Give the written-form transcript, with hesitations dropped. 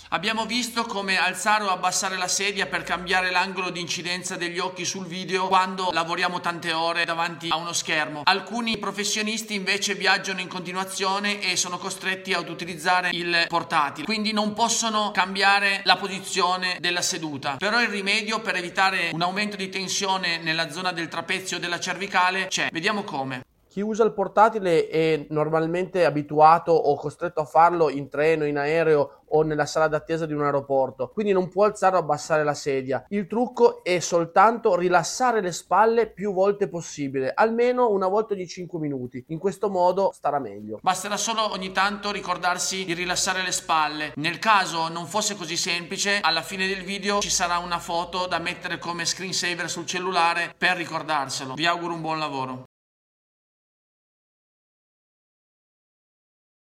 Abbiamo visto come alzare o abbassare la sedia per cambiare l'angolo di incidenza degli occhi sul video quando lavoriamo tante ore davanti a uno schermo. Alcuni professionisti invece viaggiano in continuazione e sono costretti ad utilizzare il portatile, quindi non possono cambiare la posizione della seduta. Però il rimedio per evitare un aumento di tensione nella zona del trapezio o della cervicale c'è. Vediamo come. Chi usa il portatile è normalmente abituato o costretto a farlo in treno, in aereo o nella sala d'attesa di un aeroporto, quindi non può alzare o abbassare la sedia. Il trucco è soltanto rilassare le spalle più volte possibile, almeno una volta ogni 5 minuti. In questo modo starà meglio. Basterà solo ogni tanto ricordarsi di rilassare le spalle. Nel caso non fosse così semplice, alla fine del video ci sarà una foto da mettere come screensaver sul cellulare per ricordarselo. Vi auguro un buon lavoro.